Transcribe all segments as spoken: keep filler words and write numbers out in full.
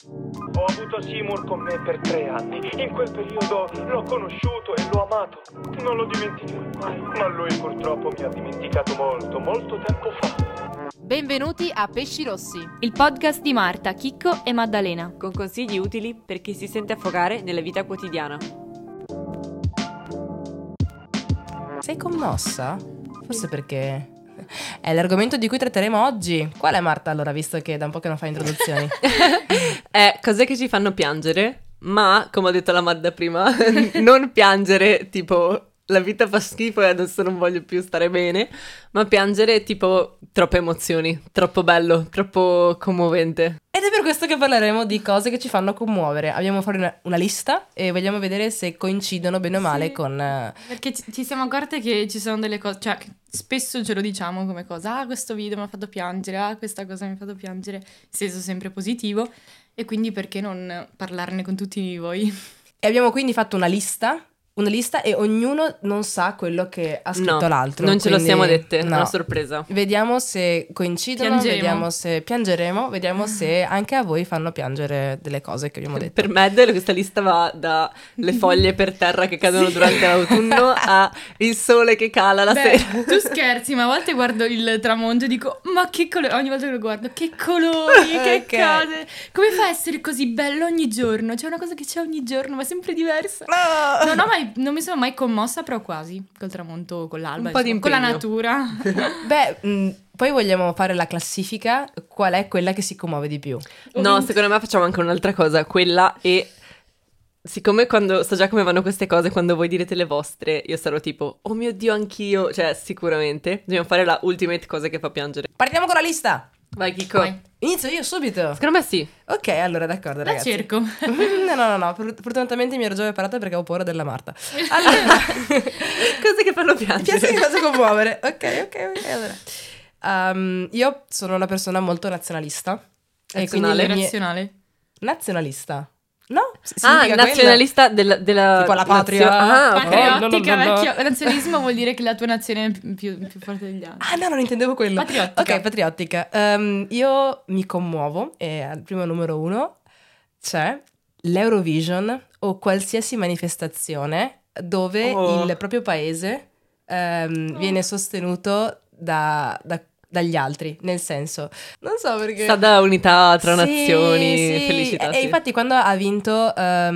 Ho avuto Seymour con me per tre anni. In quel periodo l'ho conosciuto e l'ho amato. Non lo dimenticherò mai. Ma lui purtroppo mi ha dimenticato molto, molto tempo fa. Benvenuti a Pesci Rossi, il podcast di Marta, Chicco e Maddalena, con consigli utili per chi si sente affogare nella vita quotidiana. Sei commossa? Forse perché è l'argomento di cui tratteremo oggi. Qual è, Marta, allora, visto che da un po' che non fai introduzioni? È cose che ci fanno piangere, ma, come ha detto la Madda prima, non piangere tipo la vita fa schifo e adesso non voglio più stare bene, ma piangere tipo troppe emozioni, troppo bello, troppo commovente. Ed è per questo che parleremo di cose che ci fanno commuovere. Abbiamo fuori una, una lista e vogliamo vedere se coincidono bene o male sì, con... Uh... Perché ci, ci siamo accorte che ci sono delle cose, cioè che spesso ce lo diciamo come cosa. Ah, questo video mi ha fatto piangere, ah, questa cosa mi ha fatto piangere, in senso sempre positivo. E quindi perché non parlarne con tutti voi? E abbiamo quindi fatto una lista... Una lista e ognuno non sa quello che ha scritto no, l'altro. Non ce quindi, lo siamo dette, è no. una sorpresa. Vediamo se coincidono, Piangeremo. vediamo se piangeremo, vediamo se anche a voi fanno piangere delle cose che abbiamo detto. Per me questa lista va dalle foglie per terra che cadono sì. durante l'autunno a il sole che cala la Beh, sera. Tu scherzi, ma a volte guardo il tramonto e dico ma che colori, ogni volta che lo guardo, che colori, che okay. cose. Come fa a essere così bello ogni giorno? C'è una cosa che c'è ogni giorno, ma sempre diversa. No! Non ho mai non mi sono mai commossa, però quasi, col tramonto, con l'alba, un po' insomma, di con la natura. Beh, mh, poi vogliamo fare la classifica, qual è quella che si commuove di più? No, secondo me facciamo anche un'altra cosa, quella e... Siccome quando so già come vanno queste cose, quando voi direte le vostre, io sarò tipo, oh mio Dio, anch'io, cioè sicuramente. Dobbiamo fare la ultimate cosa che fa piangere. Partiamo con la lista! Vai Chicco. Vai. Inizio io subito. Secondo me sì. Ok, allora d'accordo La ragazzi. cerco. no, no, no, no. Fortunatamente mi ero già preparata perché avevo paura della Marta. Allora, cose che fanno piangere. Piace che cosa commuovere. Ok, ok, ok. Allora, um, io sono una persona molto nazionalista. Nazionale? E quindi le mie... Nazionale? Nazionalista. No? Ah, nazionalista della, della tipo la patria. nazio- ah, ok. Patriottica, no, no, no, no. vecchio. Nazionalismo vuol dire che la tua nazione è più, più forte degli altri. Ah no, non intendevo quello. Patriottica. Ok, patriottica. Um, io mi commuovo e al primo numero uno c'è l'Eurovision o qualsiasi manifestazione dove Oh. il proprio paese um, Oh. viene sostenuto da... da dagli altri, nel senso, non so perché Sta da unità tra Sì, nazioni, sì. felicità. E, sì. e infatti quando ha vinto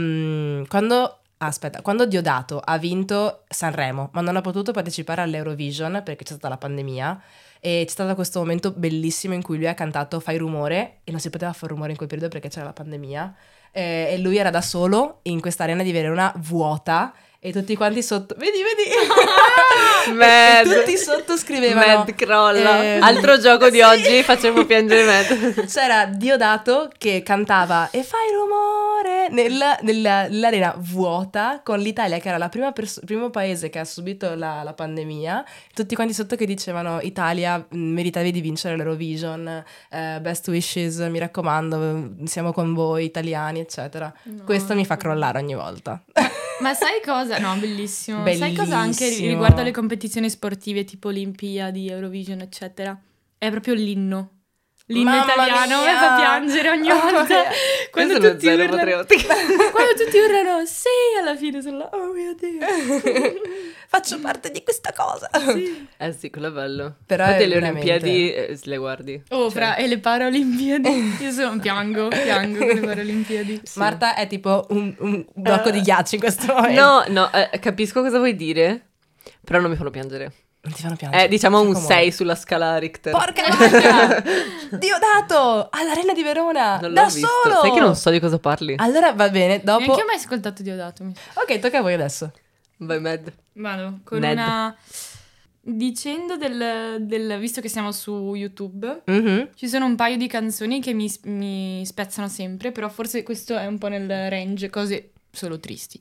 um, quando aspetta, quando Diodato ha vinto Sanremo, ma non ha potuto partecipare all'Eurovision perché c'è stata la pandemia e c'è stato questo momento bellissimo in cui lui ha cantato Fai rumore e non si poteva fare rumore in quel periodo perché c'era la pandemia eh, e lui era da solo in questa arena di Verona vuota e tutti quanti sotto vedi vedi Mad. e tutti sotto scrivevano Mad crolla ehm, altro gioco di sì. oggi facciamo piangere Mad. C'era Diodato che cantava e fai rumore nella, nella, nell'arena vuota con l'Italia che era la prima pers- primo paese che ha subito la, la pandemia, tutti quanti sotto che dicevano Italia meritavi di vincere l'Eurovision, eh, best wishes, mi raccomando, siamo con voi italiani eccetera. No. Questo mi fa crollare ogni volta. Ma sai cosa? No, bellissimo. Bellissimo. Sai cosa anche riguardo alle competizioni sportive tipo Olimpiadi, Eurovision, eccetera? È proprio l'inno. L'inno Mamma italiano mia! mi fa piangere ogni Mamma volta. mia. Quando Io sono tutti zero urlano, patriottica. quando tutti urlano sì, alla fine sono là, oh mio Dio. Faccio parte di questa cosa. Sì. Eh sì, quello è bello. Però Infatti è le veramente- Olimpiadi eh, le guardi. Oh, Cioè. fra, e le Paralimpiadi? Io sono, piango, piango con le Paralimpiadi. Sì. Marta è tipo un, un blocco di ghiaccio in questo momento. No, no, eh, capisco cosa vuoi dire, però non mi fanno piangere. Non ti fanno piangere. Eh, diciamo Ti un fa commuovere. sei sulla scala Richter. Porca vacca! Diodato! All'Arena di Verona! Non da l'ho visto. solo! Sai che non so di cosa parli. Allora va bene, dopo... Neanche ho mai ascoltato Diodato. Mi... Ok, tocca a voi adesso. Vai Mad. Vado con Ned. una... Dicendo del, del... Visto che siamo su YouTube, Mhm. ci sono un paio di canzoni che mi, mi spezzano sempre, però forse questo è un po' nel range, cose solo tristi.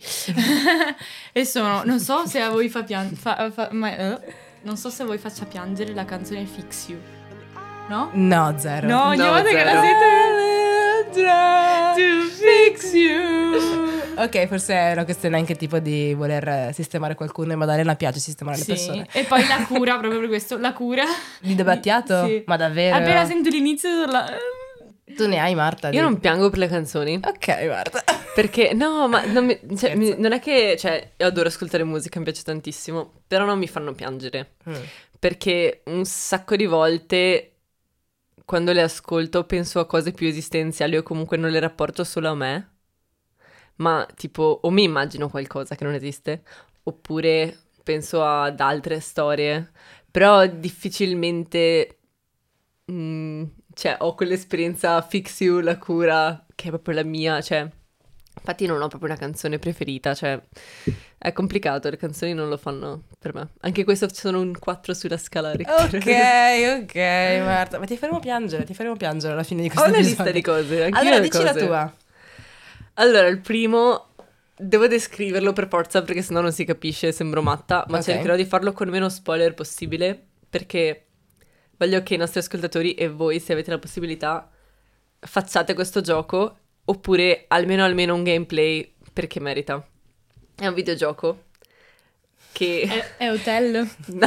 E sono... Non so se a voi fa piangere... non so se a voi faccia piangere la canzone Fix You. No? No, zero. No, ogni No, volta che la zero. sento... To fix you. Ok, forse è una questione anche tipo di voler sistemare qualcuno e Maddalena piace sistemare le Sì, persone. e poi la cura, proprio per questo, la cura. Di De Battiato? Sì. Ma davvero? Appena sento l'inizio sono là... Tu ne hai, Marta? Io di- non piango per le canzoni. Ok, Marta. Perché, no, ma non, mi- cioè, Scherzo. mi- non è che, cioè, io adoro ascoltare musica, mi piace tantissimo, però non mi fanno piangere, Mm. perché un sacco di volte, quando le ascolto, penso a cose più esistenziali o comunque non le rapporto solo a me, ma tipo, o mi immagino qualcosa che non esiste, oppure penso ad altre storie, però difficilmente, mm, cioè, ho quell'esperienza Fix You, la cura, che è proprio la mia, cioè... Infatti non ho proprio una canzone preferita, cioè è complicato, le canzoni non lo fanno per me. Anche questo sono un quattro sulla scala Richter. Ok, ok, Marta. Ma ti faremo piangere, ti faremo piangere alla fine di Ho questo una episodio. lista di cose, anche Allora, io ho dici la cose. tua. Allora, il primo, devo descriverlo per forza perché sennò non si capisce, sembro matta, ma Ok. cercherò di farlo con meno spoiler possibile perché voglio che i nostri ascoltatori e voi, se avete la possibilità, facciate questo gioco oppure almeno almeno un gameplay perché merita. È un videogioco che... È, è Hotel. No.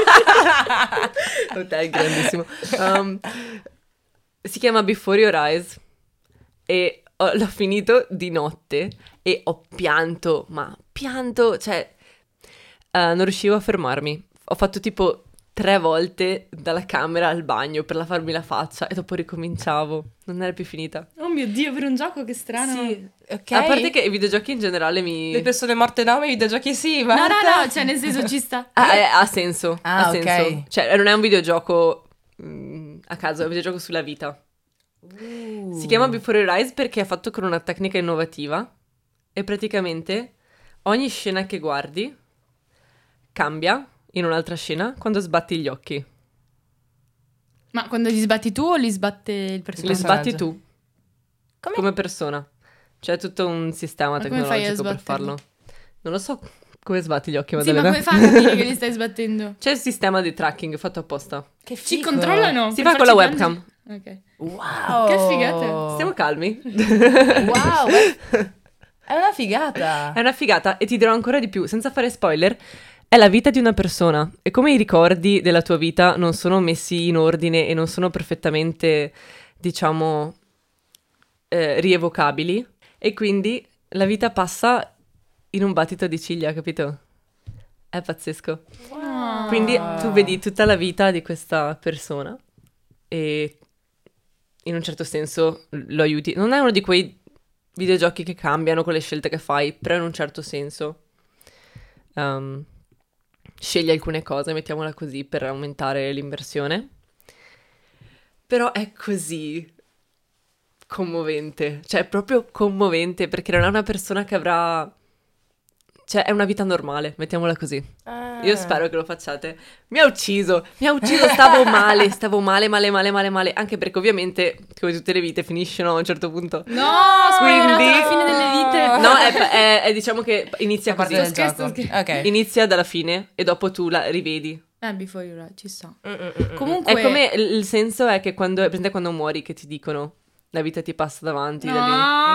Hotel grandissimo. Um, si chiama Before Your Eyes e ho- l'ho finito di notte e ho pianto, ma pianto, cioè eh, non riuscivo a fermarmi. Ho fatto tipo tre volte dalla camera al bagno per lavarmi la faccia e dopo ricominciavo. Non era più finita. Oh mio Dio, per un gioco, che strano. Sì. Ok. A parte che i videogiochi in generale mi... Le persone morte no, ma i videogiochi sì, No, Marta. no, no, cioè nel senso ci sta. Ah, eh, ha senso, Ah, ha ok. senso. Cioè, non è un videogioco mm, a caso, è un videogioco sulla vita. Uh. Si chiama Before Your Eyes perché è fatto con una tecnica innovativa e praticamente ogni scena che guardi cambia in un'altra scena quando sbatti gli occhi. Ma quando li sbatti tu o li sbatte il Li personaggio? sbatti tu Come? come persona. C'è tutto un sistema Ma come fai a tecnologico per sbatterli? farlo. Non lo so come sbatti gli occhi, Sì, ma Maddalena. come fai a capire che li stai sbattendo? C'è il sistema di tracking fatto apposta. Che Ci figo. controllano? Si per fa con la farci webcam. piangere? Ok. Wow. Che figata. Stiamo calmi. Wow, beh, è una figata. È una figata e ti dirò ancora di più, senza fare spoiler, è la vita di una persona e come i ricordi della tua vita non sono messi in ordine e non sono perfettamente, diciamo, eh, rievocabili e quindi la vita passa in un battito di ciglia, capito? È pazzesco. Ah. Quindi tu vedi tutta la vita di questa persona e in un certo senso lo aiuti. Non è uno di quei videogiochi che cambiano con le scelte che fai, però in un certo senso um, scegli alcune cose, mettiamola così, per aumentare l'immersione. Però è così commovente, cioè è proprio commovente perché non è una persona che avrà... Cioè è una vita normale, mettiamola così. Ah. Io spero che lo facciate. Mi ha ucciso, mi ha ucciso, stavo male, stavo male, male, male, male, male. Anche perché ovviamente, come tutte le vite, finiscono a un certo punto. No, spoilerato Quindi- la fine delle vite. No, è, è- è diciamo che inizia Fa così. parte del Scherzo, gioco. scherzo. Ok. Inizia dalla fine e dopo tu la rivedi. Eh, Before You Rise, ci sta. Mm, mm, mm, mm. Comunque... È come il il senso è che quando, presente quando muori che ti dicono la vita ti passa davanti da lì.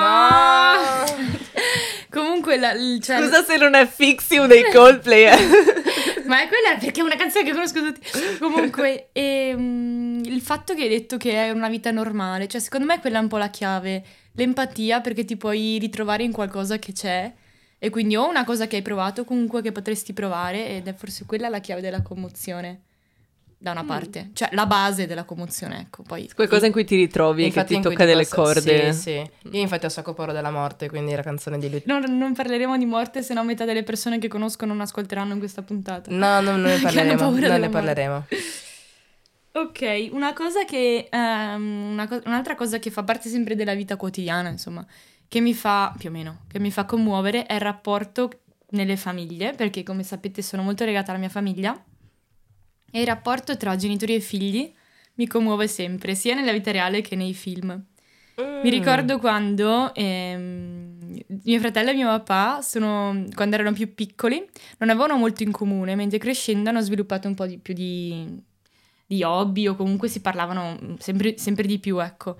No. Comunque, la, il- cioè, Scusa se non è Fix You dei Coldplay. eh. ma è quella perché è una canzone che conosco tutti. Comunque, ehm, il fatto che hai detto che è una vita normale, cioè secondo me quella è un po' la chiave, l'empatia, perché ti puoi ritrovare in qualcosa che c'è e quindi o una cosa che hai provato, comunque che potresti provare ed è forse quella la chiave della commozione. Da una parte, cioè la base della commozione, ecco, poi Qualcosa in cui ti ritrovi e che Infatti ti in cui tocca delle posso- corde. Sì, sì. Io infatti ho sacco paura della morte, quindi la canzone di lui. non, non parleremo di morte, se no metà delle persone che conosco non ascolteranno in questa puntata. No, no, non ne Che hanno parleremo. paura Non della ne morte. parleremo. Ok, una cosa che, ehm, una co- un'altra cosa che fa parte sempre della vita quotidiana, insomma, che mi fa, più o meno, che mi fa commuovere è il rapporto nelle famiglie, perché come sapete sono molto legata alla mia famiglia, e il rapporto tra genitori e figli mi commuove sempre, sia nella vita reale che nei film. Mi ricordo quando ehm, mio fratello e mio papà, sono, quando erano più piccoli, non avevano molto in comune, mentre crescendo hanno sviluppato un po' di più di, di hobby o comunque si parlavano sempre, sempre di più, ecco.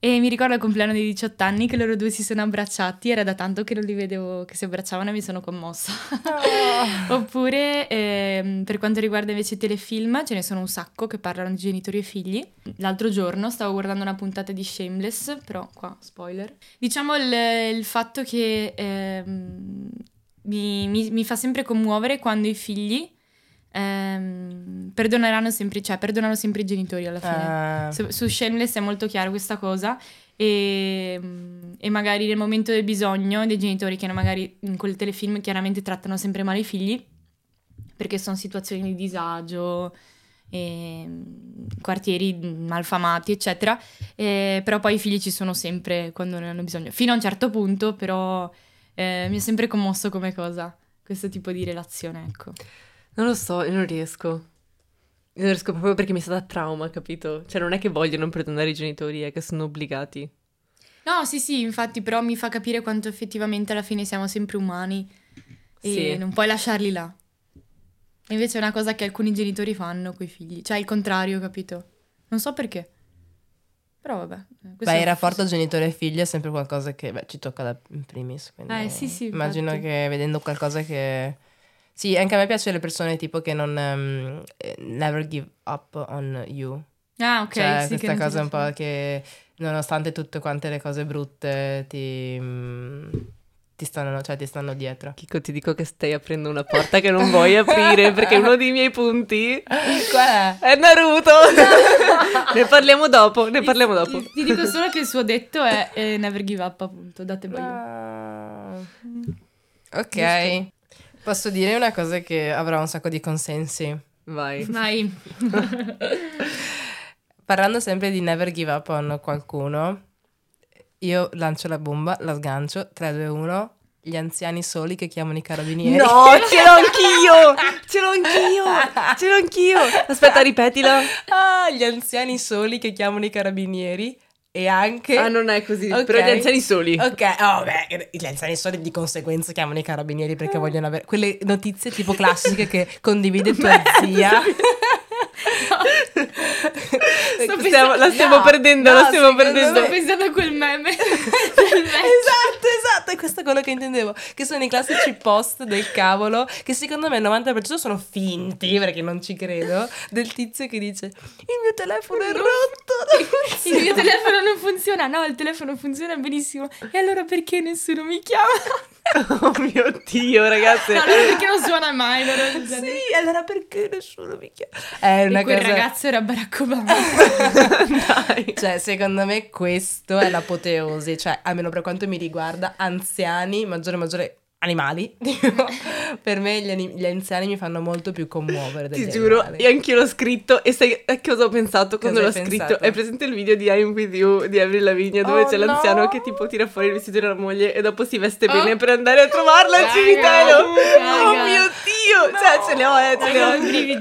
E mi ricordo il compleanno dei diciotto anni che loro due si sono abbracciati, era da tanto che non li vedevo che si abbracciavano e mi sono commossa. Oh. Oppure ehm, per quanto riguarda invece i telefilm, ce ne sono un sacco che parlano di genitori e figli. L'altro giorno stavo guardando una puntata di Shameless, però qua spoiler. Diciamo il, il fatto che ehm, mi, mi, mi fa sempre commuovere quando i figli ehm, perdoneranno sempre, cioè perdonano sempre i genitori alla fine. Ah. Su, su Shameless è molto chiaro questa cosa e, e magari nel momento del bisogno dei genitori che magari in quel telefilm chiaramente trattano sempre male i figli perché sono situazioni di disagio, e, quartieri malfamati eccetera, e, però poi i figli ci sono sempre quando ne hanno bisogno, fino a un certo punto, però eh, mi è sempre commosso come cosa questo tipo di relazione, ecco. Non lo so, io non riesco. Io non riesco proprio perché mi sa da trauma, capito? Cioè non è che vogliono perdonare i genitori, è che sono obbligati. No, sì, sì, infatti, però mi fa capire quanto effettivamente alla fine siamo sempre umani e Sì. non puoi lasciarli là. E invece è una cosa che alcuni genitori fanno coi figli, cioè il contrario, capito? Non so perché. Però vabbè. questo Beh, è- il rapporto genitore e figlio è sempre qualcosa che beh, ci tocca da in primis. Quindi Eh, sì, sì, immagino infatti. che vedendo qualcosa che... Sì, anche a me piacciono le persone tipo che non... ehm, eh, never give up on you. Ah, ok, Cioè, sì, che questa non cosa ce un la po' che nonostante tutte quante le cose brutte ti... mm, ti stanno, cioè, ti stanno dietro. Chico, ti dico che stai aprendo una porta che non vuoi aprire perché uno dei miei punti Qual è? è Naruto. Ne parliamo dopo, ne parliamo dopo. Ti dico solo che il suo detto è eh, never give up, appunto, date by you. Ah. Ok. Posso dire una cosa che avrà un sacco di consensi. Vai. Vai. Parlando sempre di never give up on qualcuno, io lancio la bomba, la sgancio, tre, due, uno, gli anziani soli che chiamano i carabinieri. No, ce l'ho anch'io! Ce l'ho anch'io! Ce l'ho anch'io! Aspetta, ripetila. Ah, gli anziani soli che chiamano i carabinieri e anche... Ah, non è così, Ok. però gli anziani soli. Ok, oh beh, gli anziani soli di conseguenza chiamano i carabinieri perché vogliono avere quelle notizie tipo classiche che condivide tua zia. Sto Stiamo- la stiamo No, perdendo, no, la stiamo secondo perdendo. Sto pensando a quel meme. Esatto, esatto, è questo quello che intendevo. Che sono i classici post del cavolo, che secondo me il novanta per cento sono finti, perché non ci credo, del tizio che dice il mio telefono è rotto. Il mio telefono non funziona. No, il telefono funziona benissimo. E allora perché nessuno mi chiama? Oh mio Dio, ragazze. No, allora perché non suona mai? Allora, Sì, allora perché nessuno mi chiama? È una e quel cosa... ragazzo era Barack Obama. Dai. Cioè, secondo me questo è l'apoteosi, cioè, almeno per quanto mi riguarda, anziani, maggiore maggiore animali, tipo, per me gli, ani- gli anziani mi fanno molto più commuovere degli Ti giuro, animali. io anch'io l'ho scritto e sai a cosa ho pensato quando Cosa l'ho hai scritto? pensato? Hai presente il video di I'm With You di Avril Lavigne dove Oh, c'è l'anziano no! che tipo tira fuori il vestito della moglie e dopo si veste Oh. bene per andare a trovarla al Raga, cimitero? Oh raga. mio Dio! Cioè ce le ho, eh, ce le Raga, ho. ho i brividi.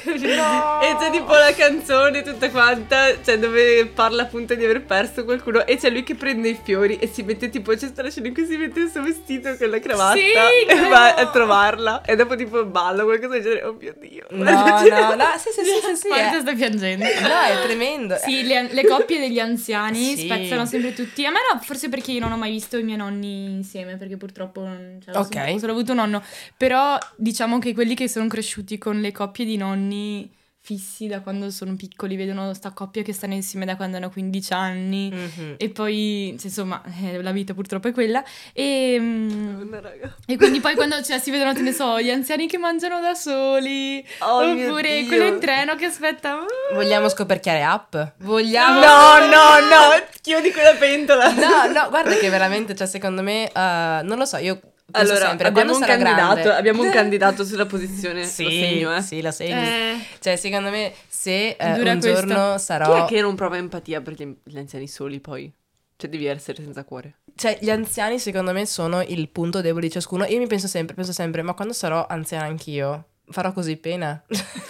E c'è tipo la canzone tutta quanta, cioè dove parla appunto di aver perso qualcuno e c'è lui che prende i fiori e si mette tipo, c'è sta la scena in cui si mette il suo vestito con la cravatta Sì, e no. va a trovarla e dopo tipo balla qualcosa del genere, oh mio Dio. No, no, no, sì, sì, sì, sì, sì, Marta è- sta piangendo. no, è tremendo. Sì, le, le coppie degli anziani Sì. spezzano sempre tutti. A me no, forse perché io non ho mai visto i miei nonni insieme, perché purtroppo non cioè, Ok. solo, solo avuto un nonno. Però diciamo che quelli che sono cresciuti con le coppie di nonni fissi da quando sono piccoli, vedono sta coppia che stanno insieme da quando hanno quindici anni. Mhm. E poi, cioè, insomma, eh, la vita purtroppo è quella. E, mm, Madonna, raga. e quindi poi quando cioè, si vedono, te ne so, gli anziani che mangiano da soli. Oh mio oppure Dio. quello in treno che aspetta. Vogliamo scoperchiare app? Vogliamo... No, no, no, chiudi quella pentola. No, no, guarda che veramente, cioè, secondo me, eh, non lo so, io penso Allora, sempre, abbiamo un quando sarò candidato, grande- abbiamo un candidato sulla posizione, Sì, lo segno, eh. sì, lo segni. Eh. Cioè, secondo me, se eh, Dura un questa. giorno Chi sarò... è che non prova empatia per gli, gli anziani soli poi? Cioè devi essere senza cuore. Cioè, gli anziani, secondo me, sono il punto debole di ciascuno. Io mi penso sempre, penso sempre, ma quando sarò anziana anch'io, farò così pena?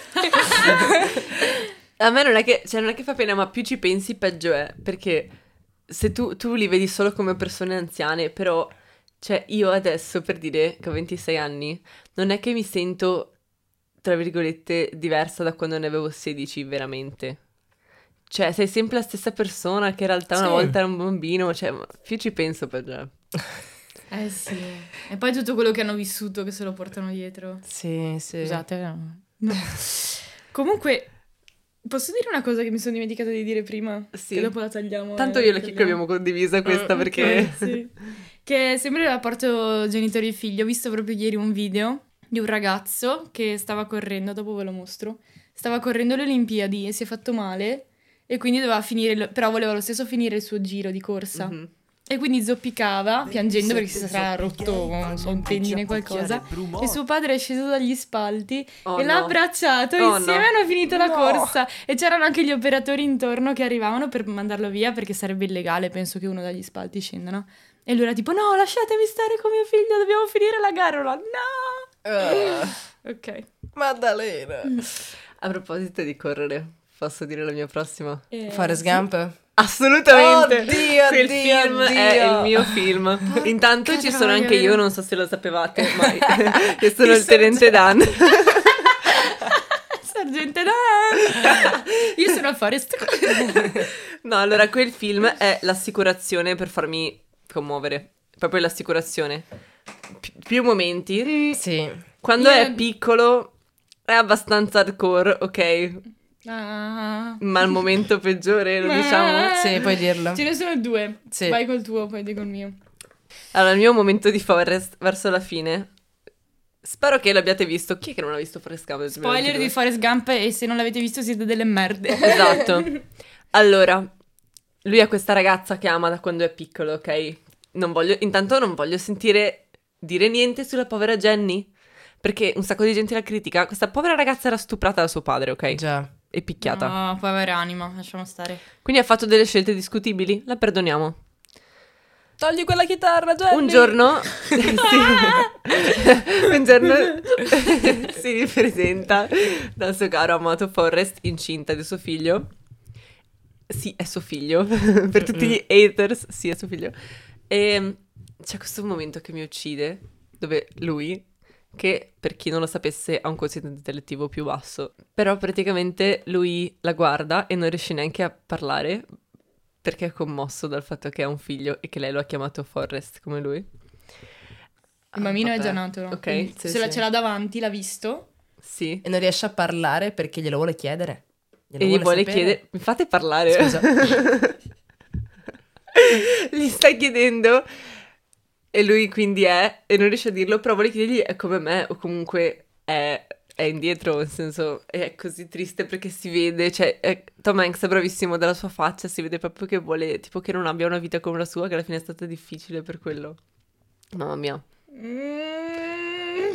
A me non è che, cioè non è che fa pena, ma più ci pensi peggio è, perché se tu, tu li vedi solo come persone anziane, però, cioè io adesso, per dire che ho ventisei anni, non è che mi sento, tra virgolette, diversa da quando ne avevo sedici, veramente. cioè sei sempre la stessa persona che in realtà una Sì. volta era un bambino, cioè ma più ci penso peggio. Eh sì. E poi tutto quello che hanno vissuto che se lo portano dietro. Sì, sì. Scusate, no. No. Comunque, posso dire una cosa che mi sono dimenticata di dire prima? Sì. Che dopo la tagliamo. Tanto e io e la la Chicco tagliamo. abbiamo condivisa questa Mm, perché... Eh, sì. Che è sempre il rapporto genitori e figlio. Ho visto proprio ieri un video di un ragazzo che stava correndo, dopo ve lo mostro, stava correndo le Olimpiadi e si è fatto male e quindi doveva finire, lo- però voleva lo stesso finire il suo giro di corsa. Mhm. E quindi zoppicava, piangendo perché si sarà rotto non so, un tendine qualcosa. E suo padre è sceso dagli spalti Oh, e l'ha no. abbracciato e Oh, insieme no. hanno finito la No. corsa. E c'erano anche gli operatori intorno che arrivavano per mandarlo via perché sarebbe illegale, penso che uno dagli spalti scenda, no? E lui era tipo, no, lasciatemi stare con mio figlio, dobbiamo finire la gara. No! Uh, Ok. Maddalena. A proposito di correre, posso dire la mia prossima? Eh, Forrest sì. Gump? Assolutamente! Oddio, Quel oddio, film oddio. è il mio film. Intanto ci sono troia, anche io, vero? non so se lo sapevate, ma che sono Chi il tenente Dan. Sergente Dan! Io sono a Forest. No, allora quel film è l'assicurazione per farmi commuovere. Proprio l'assicurazione. Pi- più momenti. Sì. Quando Io- è piccolo è abbastanza hardcore, ok? Ah. Ma il momento peggiore, lo diciamo? Sì, puoi dirlo. Ce ne sono due. Sì. Vai col tuo, poi dico il mio. Allora, il mio momento di Forrest verso la fine. Spero che l'abbiate visto. Chi è che non ha visto Forrest Gump? nel Spoiler di duemilaventidue? Forrest Gump e se non l'avete visto siete delle merde. Esatto. Allora, lui ha questa ragazza che ama da quando è piccolo, ok? Non voglio, intanto non voglio sentire dire niente sulla povera Jenny, perché un sacco di gente la critica. Questa povera ragazza era stuprata da suo padre, ok? Già. E picchiata. No, povera anima, lasciamo stare. Quindi ha fatto delle scelte discutibili, la perdoniamo. Togli quella chitarra, Jenny. Un giorno sì. Un giorno si ripresenta dal suo caro amato Forrest incinta di suo figlio. Sì, è suo figlio. Per tutti gli haters, sì, è suo figlio. E c'è questo momento che mi uccide, dove lui, che per chi non lo sapesse ha un quoziente intellettivo più basso, però praticamente lui la guarda e non riesce neanche a parlare perché è commosso dal fatto che ha un figlio e che lei lo ha chiamato Forrest come lui. Il bambino è già nato, no? Ok, Quindi sì, se la- sì. ce l'ha davanti, l'ha visto. sì. E non riesce a parlare perché glielo vuole chiedere. Glielo E gli vuole sapere. chiedere, mi fate parlare? Scusa. Gli sta chiedendo e lui quindi è, e non riesce a dirlo, però vuole chiedergli è come me o comunque è, è indietro, nel senso è così triste perché si vede, cioè è- Tom Hanks è bravissimo dalla sua faccia, si vede proprio che vuole, tipo che non abbia una vita come la sua, che alla fine è stata difficile per quello. Mamma mia. Mm.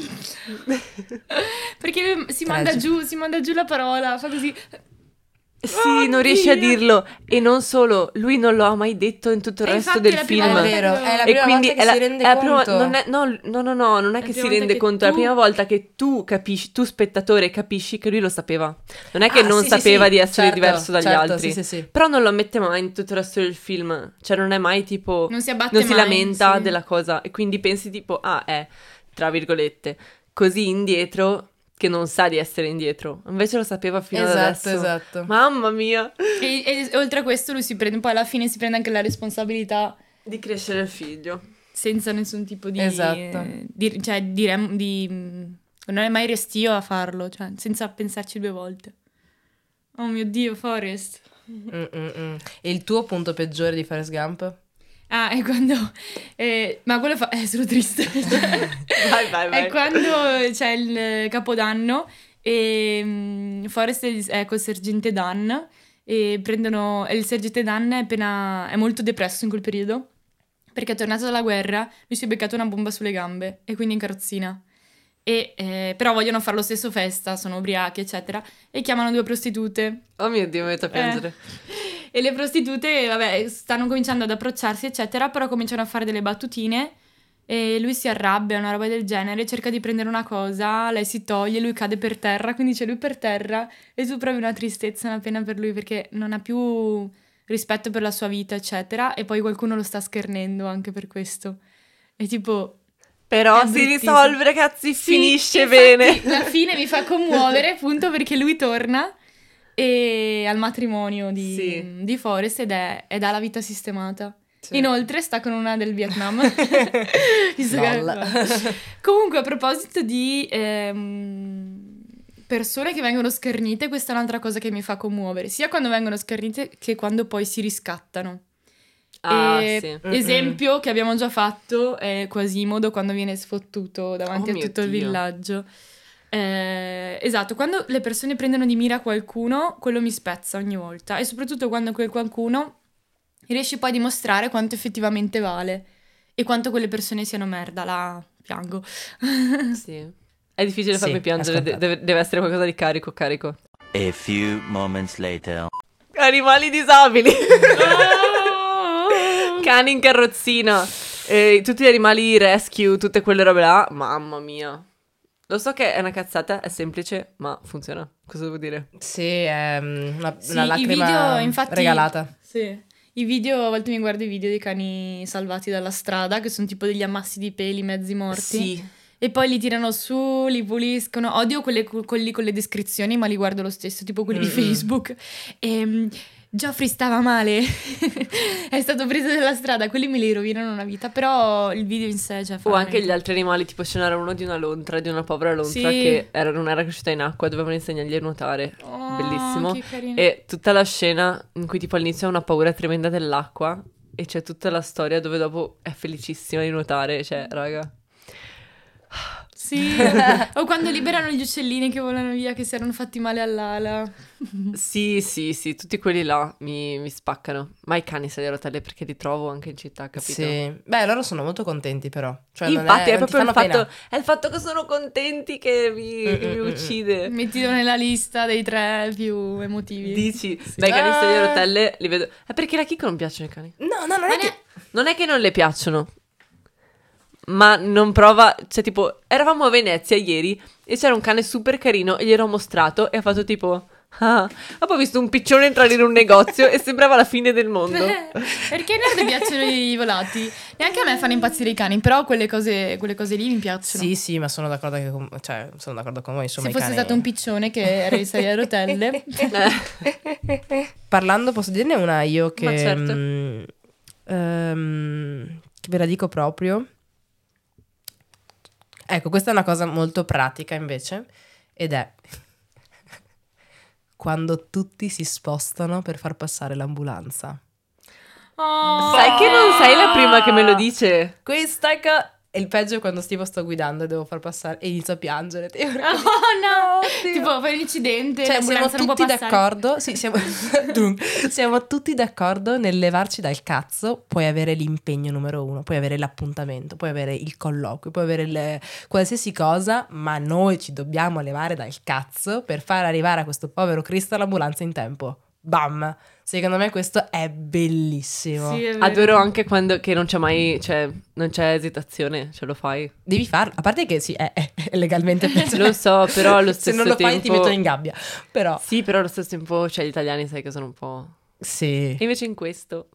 Perché lui si manda Tragico. giù, si manda giù la parola, fa così. Sì, non riesce a Oddio. dirlo e non solo, lui non lo ha mai detto in tutto il E resto infatti del è la prima film. È volta vero, che lo- è la E prima quindi volta è che la, si rende è la prima- conto. non è- no, no, no, no, non è È che la si prima rende volta che conto, è la tu- prima volta che tu capisci, tu spettatore capisci che lui lo sapeva. Non è che Ah, non sì, sì, sapeva sì, di essere certo, diverso dagli certo, altri. sì, sì, sì. Però non lo ammette mai in tutto il resto del film. Cioè non è mai tipo... Non si abbatte non si mai, lamenta sì. della cosa. E quindi pensi tipo, ah, è, tra virgolette, così indietro che non sa di essere indietro. Invece lo sapeva fino ad Esatto, adesso. esatto. Mamma mia! E, e- e oltre a questo lui si prende, poi alla fine si prende anche la responsabilità Di crescere il figlio. senza nessun tipo di... Esatto. di cioè di, rem- di- non è mai restio a farlo, cioè senza pensarci due volte. Oh mio Dio, Forrest. Mm-mm-mm. E il tuo punto peggiore di Forrest Gump? Ah, è quando... eh, ma quello fa... è solo triste. Vai, vai, vai. È quando c'è il Capodanno e mm, Forrest è, è col sergente Dan e prendono... e il sergente Dan è appena... è molto depresso in quel periodo perché è tornato dalla guerra, lui si è beccato una bomba sulle gambe e quindi in carrozzina. E, eh, però vogliono fare lo stesso festa, sono ubriachi, eccetera, e chiamano due prostitute. Oh mio Dio, mi metto a piangere. E le prostitute, vabbè, stanno cominciando ad approcciarsi, eccetera, però cominciano a fare delle battutine e lui si arrabbia, una roba del genere, cerca di prendere una cosa, lei si toglie, lui cade per terra, quindi c'è lui per terra e tu provi una tristezza, una pena per lui perché non ha più rispetto per la sua vita, eccetera, e poi qualcuno lo sta schernendo anche per questo. E tipo... Però È si bruttissimo. risolve, ragazzi, Sì, finisce infatti, bene. La fine mi fa commuovere, appunto, perché lui torna e al matrimonio di, Sì. di Forrest ed è, ed ha la vita sistemata. Sì. Inoltre sta con una del Vietnam. Visto che- Lol. Comunque, a proposito di ehm, persone che vengono schernite, questa è un'altra cosa che mi fa commuovere, sia quando vengono schernite che quando poi si riscattano. Ah, E sì. esempio che abbiamo già fatto è Quasimodo quando viene sfottuto davanti Oh a mio tutto il Dio. villaggio. Eh, esatto, quando le persone prendono di mira qualcuno, quello mi spezza ogni volta. E soprattutto quando quel qualcuno riesce poi a dimostrare quanto effettivamente vale e quanto quelle persone siano merda. La piango. Sì. È difficile Sì, farmi piangere, è de- scontato. deve, deve essere qualcosa di carico, carico. A few moments later. Animali disabili. Cani in carrozzina. Eh, tutti gli animali rescue, tutte quelle robe là. Mamma mia. Lo so che è una cazzata, è semplice, ma funziona. Cosa devo dire? Sì, è mm, una, Sì, una i lacrima video, infatti- regalata. Sì. I video, a volte mi guardo i video dei cani salvati dalla strada, che sono tipo degli ammassi di peli mezzi morti. Sì. E poi li tirano su, li puliscono. Odio quelle, quelli con le descrizioni, ma li guardo lo stesso, tipo quelli di Mm-mm. Facebook. E Geoffrey stava male, è stato preso dalla strada, quelli me li rovinano una vita, però il video in sé, cioè, fa O anche veramente- gli altri animali, tipo ce n'era uno di una lontra, di una povera lontra Sì. che era- non era cresciuta in acqua, dovevano insegnargli a nuotare. Oh, Bellissimo. che carino. E tutta la scena in cui tipo all'inizio ha una paura tremenda dell'acqua e c'è tutta la storia dove dopo è felicissima di nuotare, cioè, raga. Sì, o quando liberano gli uccellini che volano via, che si erano fatti male all'ala. Sì, sì, sì, tutti quelli là mi, mi spaccano. Ma i cani se li rotelle perché li trovo anche in città, capito? Sì. Beh, loro sono molto contenti però. Cioè, non Infatti è, non ti proprio il fanno fatto, pena. è il fatto che sono contenti che mi, che mi Mm, mm, mm, uccide. Mettilo nella lista dei tre più emotivi. Dici, dai cani Ah. se li rotelle li vedo. È perché la Kiko non piacciono i cani. No, no, non Ma è che... ne- Non è che non le piacciono, ma non prova, cioè tipo, eravamo a Venezia ieri e c'era un cane super carino e gliel'ho mostrato e ha fatto tipo, ah, ha poi visto un piccione entrare in un negozio e sembrava la fine del mondo. Perché a noi piacciono i volati? Neanche a me fanno impazzire i cani, però quelle cose, quelle cose lì mi piacciono. Sì, sì, ma sono d'accordo, che con... cioè, sono d'accordo con voi, insomma, Se i fosse cani... stato un piccione che era in sedia a rotelle. Parlando, posso dirne una io che... Ma certo. mm, ehm, che ve la dico proprio. Ecco, questa è una cosa molto pratica invece, ed è quando tutti si spostano per far passare l'ambulanza. Oh. Sai che non sei la prima che me lo dice? Questa è co- e il peggio è quando tipo sto guidando e devo far passare e inizio a piangere. Tipo, Oh no! Oddio. Tipo fai un incidente, Cioè, siamo l'ambulanza non può tutti passare. d'accordo. Sì, siamo, siamo tutti d'accordo nel levarci dal cazzo. Puoi avere l'impegno numero uno, puoi avere l'appuntamento, puoi avere il colloquio, puoi avere le- qualsiasi cosa, ma noi ci dobbiamo levare dal cazzo per far arrivare a questo povero Cristo all'ambulanza in tempo. Bam! Secondo me questo è bellissimo. Sì, è vero. Adoro anche quando che non c'è mai, cioè, non c'è esitazione, ce lo fai. Devi farlo, a parte che sì, è, è legalmente Lo so, però allo se stesso non lo tempo... fai ti mettono in gabbia. Però Sì, però allo stesso tempo, cioè, gli italiani sai che sono un po'... sì. E invece in questo...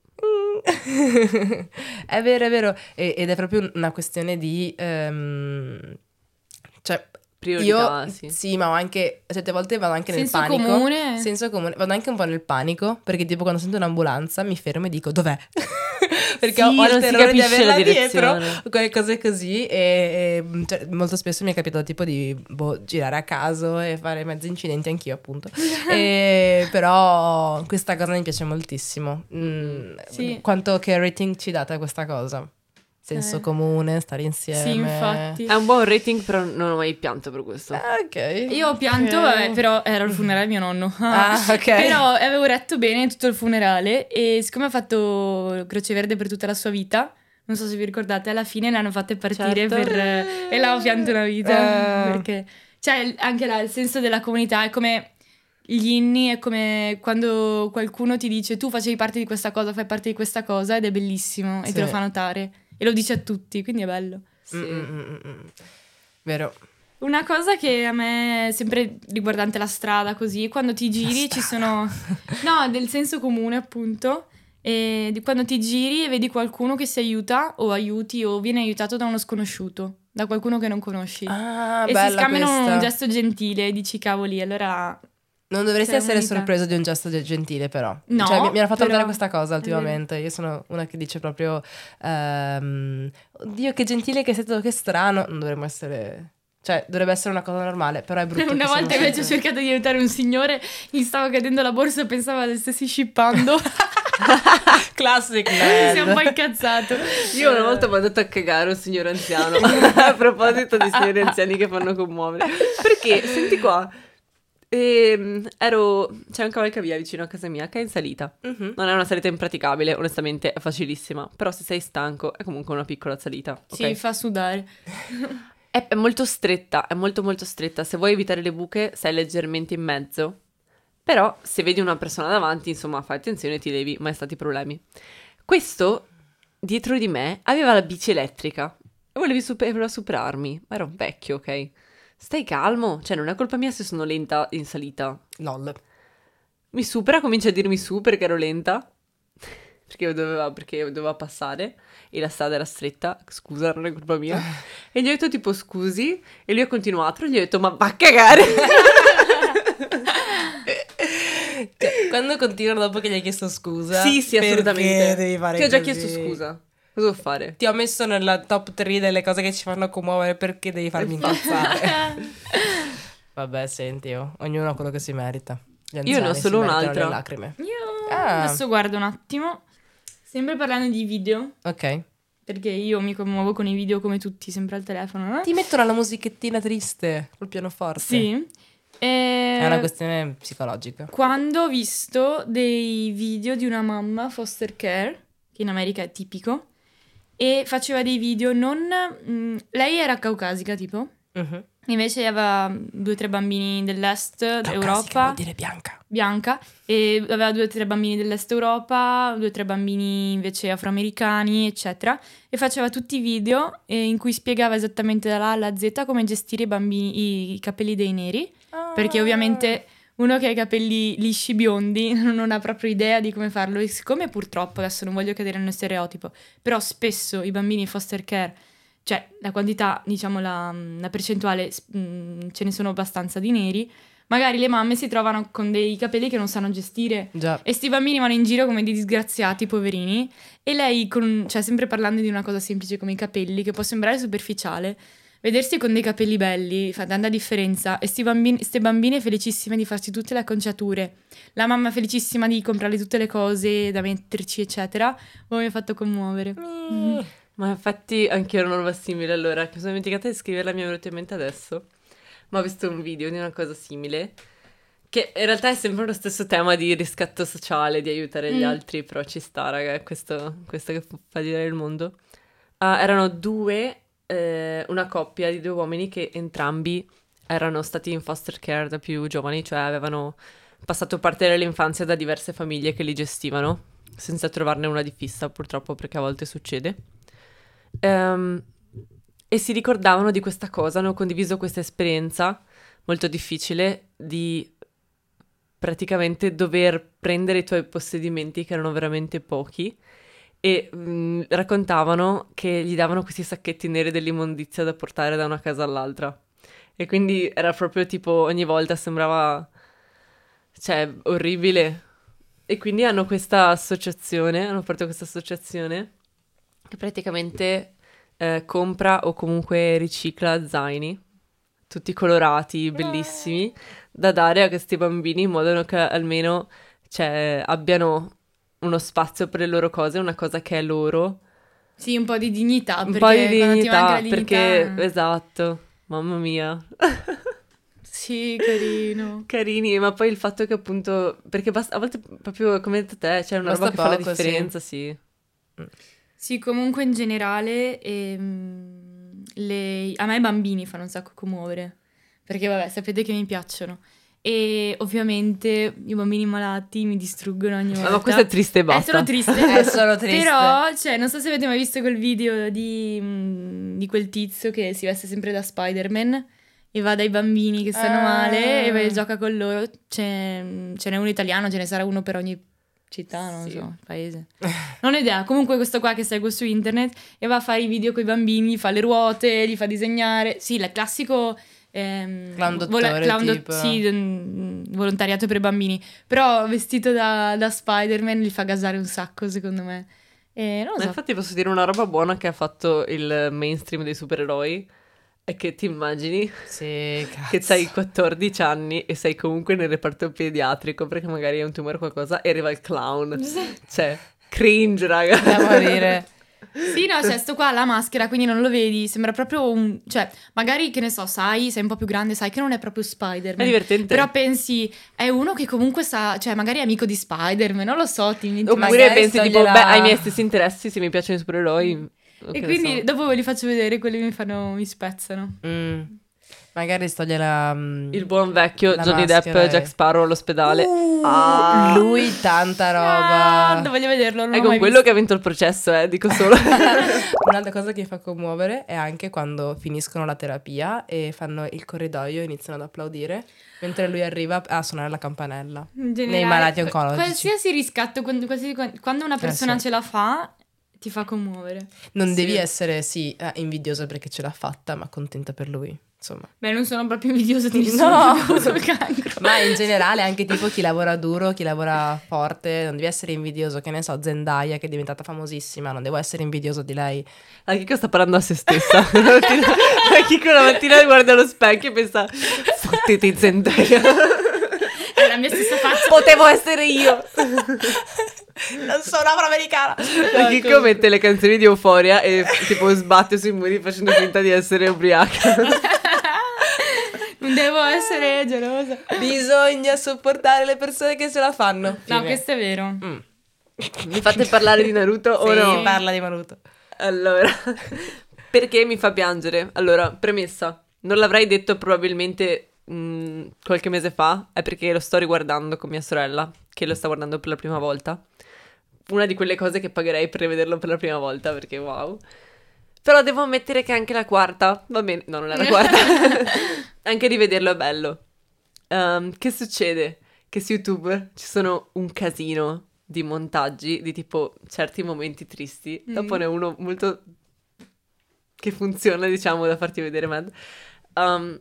È vero, è vero. E- ed è proprio una questione di ehm, cioè Priorità, io sì. ma ho anche certe volte vado anche Senso nel panico. comune. Senso comune. Vado anche un po' nel panico perché tipo quando sento un'ambulanza mi fermo e dico dov'è? Perché Sì, ho, ho non il si terrore di capisce averla la dietro, direzione. quelle cose così e, e, cioè, molto spesso mi è capitato tipo di boh, girare a caso e fare mezzi incidenti anch'io appunto. E, però questa cosa mi piace moltissimo. Mm, Sì. Quanto che rating ci date a questa cosa? Senso Eh. comune, stare insieme. Sì, infatti. È un buon rating, però non ho mai pianto per questo. Ah, ok. Io ho pianto, Ok. eh, però era il funerale di mio nonno. Ah, ok. Però avevo retto bene tutto il funerale e siccome ha fatto Croce Verde per tutta la sua vita, non so se vi ricordate, alla fine le hanno fatte partire Certo. per... e là ho pianto una vita. Eh. Perché, cioè, anche là, il senso della comunità è come... Gli inni è come quando qualcuno ti dice tu facevi parte di questa cosa, fai parte di questa cosa ed è bellissimo e Sì. te lo fa notare e lo dice a tutti, quindi è bello. Sì. Mm, mm, mm, mm. Vero. Una cosa che a me, sempre riguardante la strada così, quando ti giri ci sono... No, del senso comune appunto, e di quando ti giri e vedi qualcuno che si aiuta o aiuti o viene aiutato da uno sconosciuto, da qualcuno che non conosci. Ah, e si bella scambiano questa. un gesto gentile e dici cavoli, allora Non dovresti Cioè, essere umanità. sorpreso di un gesto de- gentile, però. No, Cioè, mi, mi hanno fatto però- notare questa cosa è ultimamente. Io sono una che dice proprio: ehm, Oddio, che gentile che sei stato, che strano. Non dovremmo essere. Cioè, dovrebbe essere una cosa normale, però è brutto. Una che volta siamo invece ho sempre- cercato di aiutare un signore, gli stava cadendo la borsa e pensava che stessi shippando. Classic Mi si è un nerd. po' incazzato. Io una volta mi ho detto a cagare un signore anziano a proposito di signori anziani che fanno commuovere. Perché, senti qua, ehm, ero... c'è un cavalcavia vicino a casa mia che è in salita. Mhm. Non è una salita impraticabile, onestamente è facilissima. Però se sei stanco è comunque una piccola salita. Ok? Sì, fa sudare. È, è molto stretta, è molto molto stretta. Se vuoi evitare le buche, sei leggermente in mezzo. Però se vedi una persona davanti, insomma, fai attenzione, ti levi, mai stati problemi. Questo, dietro di me, aveva la bici elettrica e volevi super- voleva superarmi. Ma ero vecchio, ok? Stai calmo, cioè non è colpa mia se sono lenta in salita. Lol. Mi supera, comincia a dirmi su perché ero lenta. Perché io doveva, perché io doveva passare e la strada era stretta. Scusa, non è colpa mia. E gli ho detto tipo scusi e lui ha continuato e gli ho detto ma va a cagare. Cioè, quando continuano dopo che gli hai chiesto scusa. Sì, sì, perché assolutamente. devi fare Ti ho già così? chiesto scusa. Cosa devo fare? Ti ho messo nella top tre delle cose che ci fanno commuovere, perché devi farmi impazzare. Vabbè, senti, oh, ognuno ha quello che si merita. Gli Io ne ho anziani si solo meritano un'altra. le lacrime. Io Ah. adesso guardo un attimo. Sempre parlando di video, Ok. perché io mi commuovo con i video come tutti, sempre al telefono, no? Ti mettono la musichettina triste col pianoforte. Sì. E... È una questione psicologica. Quando ho visto dei video di una mamma foster care, che in America è tipico, e faceva dei video non... mh, lei era caucasica, tipo, Mhm. invece aveva due o tre bambini dell'est Caucasica Europa, vuol dire bianca. bianca, e aveva due o tre bambini dell'est Europa, due o tre bambini invece afroamericani, eccetera, e faceva tutti i video eh, in cui spiegava esattamente dalla A alla Z come gestire i bambini, i capelli dei neri, perché ovviamente uno che ha i capelli lisci biondi non ha proprio idea di come farlo, e siccome purtroppo, adesso non voglio cadere nello stereotipo, però spesso i bambini foster care, cioè la quantità, diciamo la, la percentuale, mh, ce ne sono abbastanza di neri, magari le mamme si trovano con dei capelli che non sanno gestire Già. e sti bambini vanno in giro come dei disgraziati, poverini, e lei, con, cioè sempre parlando di una cosa semplice come i capelli, che può sembrare superficiale, vedersi con dei capelli belli fa tanta differenza, e sti bambini, ste bambine felicissime di farsi tutte le acconciature, la mamma felicissima di comprarle tutte le cose da metterci, eccetera, poi mi ha fatto commuovere. Mm. Ma infatti anche io ho una roba simile allora, che mi sono dimenticata di scriverla, mi è venuta in mente adesso. Ma ho visto un video di una cosa simile, che in realtà è sempre lo stesso tema di riscatto sociale, di aiutare gli Mm. altri, però ci sta, raga, è questo, questo che fa girare il mondo. Ah, erano due, eh, una coppia di due uomini che entrambi erano stati in foster care da più giovani, cioè avevano passato parte dell'infanzia da diverse famiglie che li gestivano, senza trovarne una di fissa, purtroppo, perché a volte succede. Ehm, e si ricordavano di questa cosa, hanno condiviso questa esperienza molto difficile di praticamente dover prendere i tuoi possedimenti, che erano veramente pochi, e mh, raccontavano che gli davano questi sacchetti neri dell'immondizia da portare da una casa all'altra. E quindi era proprio tipo ogni volta sembrava, cioè, orribile. E quindi hanno questa associazione, hanno aperto questa associazione che praticamente eh, compra o comunque ricicla zaini, tutti colorati, bellissimi, da dare a questi bambini in modo che almeno, cioè, abbiano uno spazio per le loro cose, una cosa che è loro. Sì, un po' di dignità, Un perché po' di quando ti dignità, manca la dignità... perché, esatto, mamma mia. Sì, carino. Carini, ma poi il fatto che appunto, perché basta, a volte proprio come hai detto te, c'è una Basta roba che fa la poco, sì. differenza, sì. Sì, comunque in generale ehm, le- a me i bambini fanno un sacco commuovere, perché vabbè, sapete che mi piacciono. E ovviamente i bambini malati mi distruggono ogni volta. Ma questo è triste e È basta. solo triste. È solo triste. Però, cioè, non so se avete mai visto quel video di, mm, di quel tizio che si veste sempre da Spider-Man e va dai bambini che stanno Ah. male e va e gioca con loro. C'è, ce n'è uno italiano, ce ne sarà uno per ogni città, non Sì. so, paese. Non ho idea. Comunque questo qua che seguo su internet e va a fare i video con i bambini, gli fa le ruote, li fa disegnare. Sì, il classico ehm, Clown dottore, clown do- tipo. sì, mm, volontariato per bambini. Però vestito da, da Spider-Man li fa gasare un sacco, secondo me. E non lo Ma so. infatti posso dire una roba buona che ha fatto il mainstream dei supereroi è che ti immagini Sì, cazzo. che c'hai quattordici anni e sei comunque nel reparto pediatrico perché magari hai un tumore o qualcosa e arriva il clown. Cioè, cringe, raga. Da morire. Sì, no, cioè, sto qua ha la maschera, quindi non lo vedi. Sembra proprio un... Cioè, magari, che ne so, sai, sei un po' più grande, sai che non è proprio Spider-Man. È divertente. Però pensi, è uno che comunque sa... Cioè, magari è amico di Spider-Man, non lo so, ti inventi una- Oppure magari pensi tipo, toglierà- beh, hai i miei stessi interessi, se mi piacciono i supereroi. E che ne quindi so. dopo ve li faccio vedere, quelli mi fanno... mi spezzano. Mm. Magari stoglie la... mm, Il buon vecchio La Johnny Depp, maschera, eh. Jack Sparrow all'ospedale. Uh, Ah. Lui tanta Ah, roba. voglio vederlo, non È l'ho con mai quello visto. che ha vinto il processo, eh, dico solo. Un'altra cosa che mi fa commuovere è anche quando finiscono la terapia e fanno il corridoio e iniziano ad applaudire mentre lui arriva a suonare la campanella. In generale, Nei malati oncologici. Qualsiasi riscatto, quando, qualsiasi- quando una persona Eh, sì. ce la fa, ti fa commuovere. Non Sì. devi essere, sì, eh, invidiosa perché ce l'ha fatta, ma contenta per lui, insomma. Beh, non sono proprio invidiosa di nessuno No. che ha avuto il cancro. Ma in generale anche tipo chi lavora duro, chi lavora forte, non devi essere invidioso, che ne so, Zendaya che è diventata famosissima, non devo essere invidioso di lei. La Kiko sta parlando a se stessa. La mattina- la Kiko la mattina guarda allo specchio e pensa, fottiti Zendaya. È la mia stessa faccia. Potevo essere io. Non sono afroamericana. La Kiko mette le canzoni di Euphoria e tipo sbatte sui muri facendo finta di essere ubriaca. Non devo essere gelosa. Bisogna sopportare le persone che ce la fanno. No, Fine. questo è vero. Mm. Mi fate parlare di Naruto o Sì, no? parla di Naruto. Allora, perché mi fa piangere? Allora, premessa, non l'avrei detto probabilmente mh, qualche mese fa, è perché lo sto riguardando con mia sorella, che lo sta guardando per la prima volta. Una di quelle cose che pagherei per rivederlo per la prima volta, perché wow. Però devo ammettere che anche la quarta, va bene, no, non è la quarta, anche rivederlo è bello. Ehm, che succede? Che su YouTube ci sono un casino di montaggi di tipo certi momenti tristi. Mm. Dopo ne ho uno molto che funziona, diciamo, da farti vedere, Mad. Um,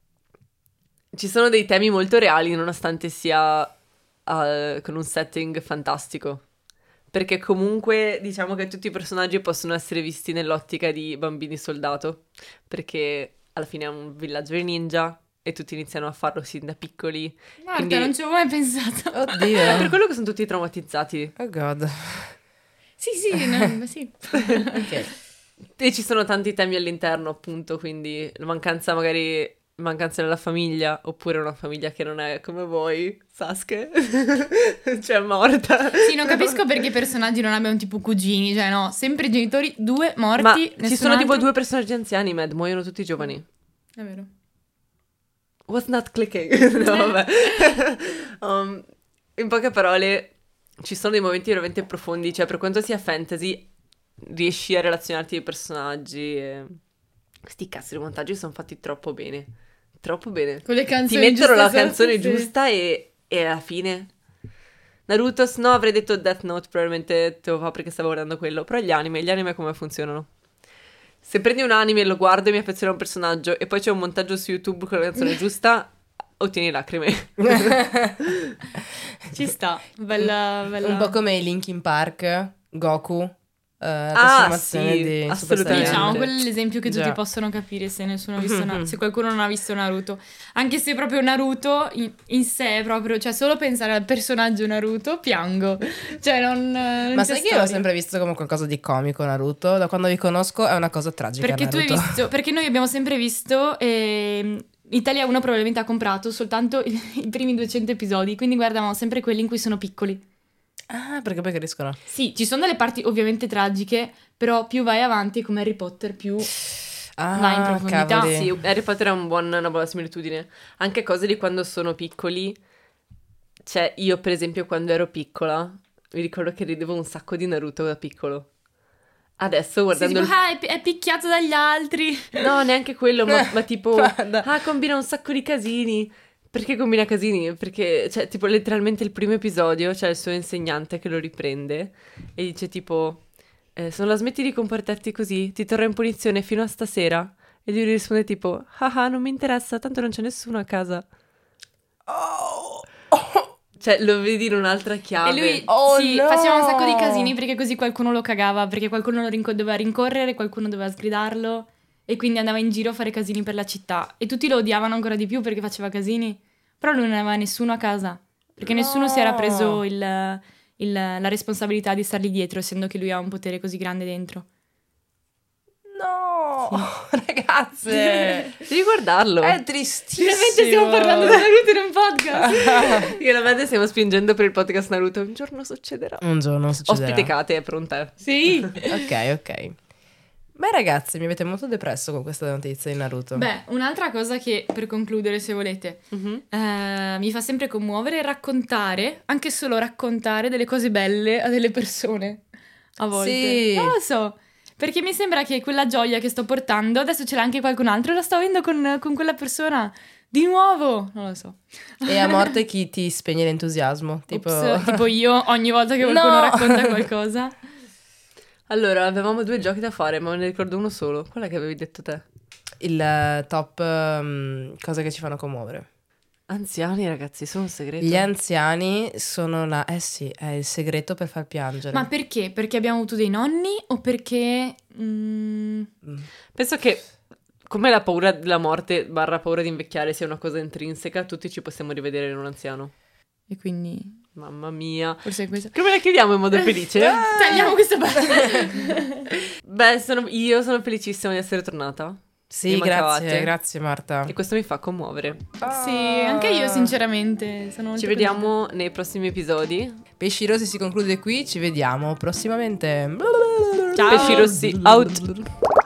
ci sono dei temi molto reali, nonostante sia uh, con un setting fantastico. Perché comunque diciamo che tutti i personaggi possono essere visti nell'ottica di bambini soldato. Perché alla fine è un villaggio di ninja e tutti iniziano a farlo sin da piccoli. Guarda, Quindi- non ci avevo mai pensato. È per Oddio. quello che sono tutti traumatizzati. Oh god. Sì, sì, no, sì. Ok. E ci sono tanti temi all'interno, appunto, quindi la mancanza magari mancanza della famiglia, oppure una famiglia che non è come voi, Sasuke, cioè morta. Sì, non capisco perché i personaggi non abbiano tipo cugini, cioè no, sempre i genitori, due morti, Ma ci nessun sono tipo altro. due personaggi anziani, Mad, muoiono tutti giovani. È vero. Was not clicking. No, vabbè. Um, in poche parole, ci sono dei momenti veramente profondi, cioè per quanto sia fantasy, riesci a relazionarti ai personaggi e... Questi cazzo di montaggi sono fatti troppo bene. Troppo bene. Con le Ti canzoni mettono giuste la sotto, canzone sì. giusta e, e alla fine... Naruto, no, avrei detto Death Note, probabilmente te lo fa perché stavo guardando quello. Però gli anime, gli anime come funzionano? Se prendi un anime, lo guardo e mi affeziono a un personaggio e poi c'è un montaggio su YouTube con la canzone giusta, ottieni lacrime. Ci sta, bella, bella. Un po' come i Linkin Park, Goku. eh, la Ah, trasformazione sì, di assolutamente. Super Saiyan. Diciamo, quello è l'esempio che tutti Già. possono capire se nessuno ha visto Na- se qualcuno non ha visto Naruto. Anche se proprio Naruto in, in sé proprio, cioè solo pensare al personaggio Naruto piango. Cioè non, non Ma c'è sai che io l'ho storia. sempre visto come qualcosa di comico Naruto? Da quando vi conosco è una cosa tragica Perché tu hai Naruto. visto, perché noi abbiamo sempre visto ehm, Italia uno probabilmente ha comprato soltanto i, i primi duecento episodi, quindi guardavamo sempre quelli in cui sono piccoli. Ah, perché poi crescono. Sì, ci sono delle parti ovviamente tragiche, però più vai avanti come Harry Potter più Ah, vai in profondità. cavoli. Sì, Harry Potter è un buon- una buona similitudine. Anche cose di quando sono piccoli. Cioè, io per esempio quando ero piccola, mi ricordo che ridevo un sacco di Naruto da piccolo. Adesso Sì, guardando... tipo, il- ah, è, pi- è picchiato dagli altri. No, neanche quello, ma, ma tipo... Guarda. Ah, combina un sacco di casini. Perché combina casini? Perché, cioè, tipo, letteralmente il primo episodio c'è il suo insegnante che lo riprende e dice tipo... Eh, se non la smetti di comportarti così, ti terrò in punizione fino a stasera. E lui risponde tipo, ah non mi interessa, tanto non c'è nessuno a casa. Oh. Cioè, lo vedi in un'altra chiave. E lui Oh, sì, no! faceva un sacco di casini perché così qualcuno lo cagava, perché qualcuno lo rinco- doveva rincorrere, qualcuno doveva sgridarlo e quindi andava in giro a fare casini per la città. E tutti lo odiavano ancora di più perché faceva casini. Però lui non aveva nessuno a casa, perché No! nessuno si era preso il, il- la responsabilità di stargli dietro, essendo che lui ha un potere così grande dentro. No, ragazze, Devi guardarlo. è tristissimo. Finalmente stiamo parlando di Naruto in un podcast. Io e la Mede stiamo spingendo per il podcast Naruto. Un giorno succederà. Un giorno succederà. Ospite Kate è pronta. Sì. Ok, ok. Beh ragazzi, mi avete molto depresso con questa notizia di Naruto. Beh, un'altra cosa che, per concludere, se volete, Mhm. eh, mi fa sempre commuovere è raccontare, anche solo raccontare delle cose belle a delle persone. A volte. Sì. Non lo so. Perché mi sembra che quella gioia che sto portando, adesso ce l'ha anche qualcun altro e la sto avendo con, con quella persona. Di nuovo. Non lo so. E a morte chi ti spegne l'entusiasmo? Tipo, Ops, tipo io, ogni volta che qualcuno No! racconta qualcosa. Allora, avevamo due giochi da fare, ma me ne ricordo uno solo. Qual è che avevi detto te? il eh, top um, cose che ci fanno commuovere. Anziani, ragazzi, sono un segreto. Gli anziani sono la... Eh sì, è il segreto per far piangere. Ma perché? Perché abbiamo avuto dei nonni o perché... mm, Penso che come la paura della morte barra paura di invecchiare sia una cosa intrinseca, tutti ci possiamo rivedere in un anziano. E quindi... Mamma mia. Forse è questo. Come la chiudiamo in modo felice? Tagliamo questa parte. Beh, sono- io sono felicissima di essere tornata. Sì, Mi grazie, mancavate. grazie Marta. E questo mi fa commuovere. Sì, anche io sinceramente sono molto Ci vediamo nei prossimi episodi. Pesci Rossi si conclude qui, ci vediamo prossimamente. Ciao. Pesci rossi out.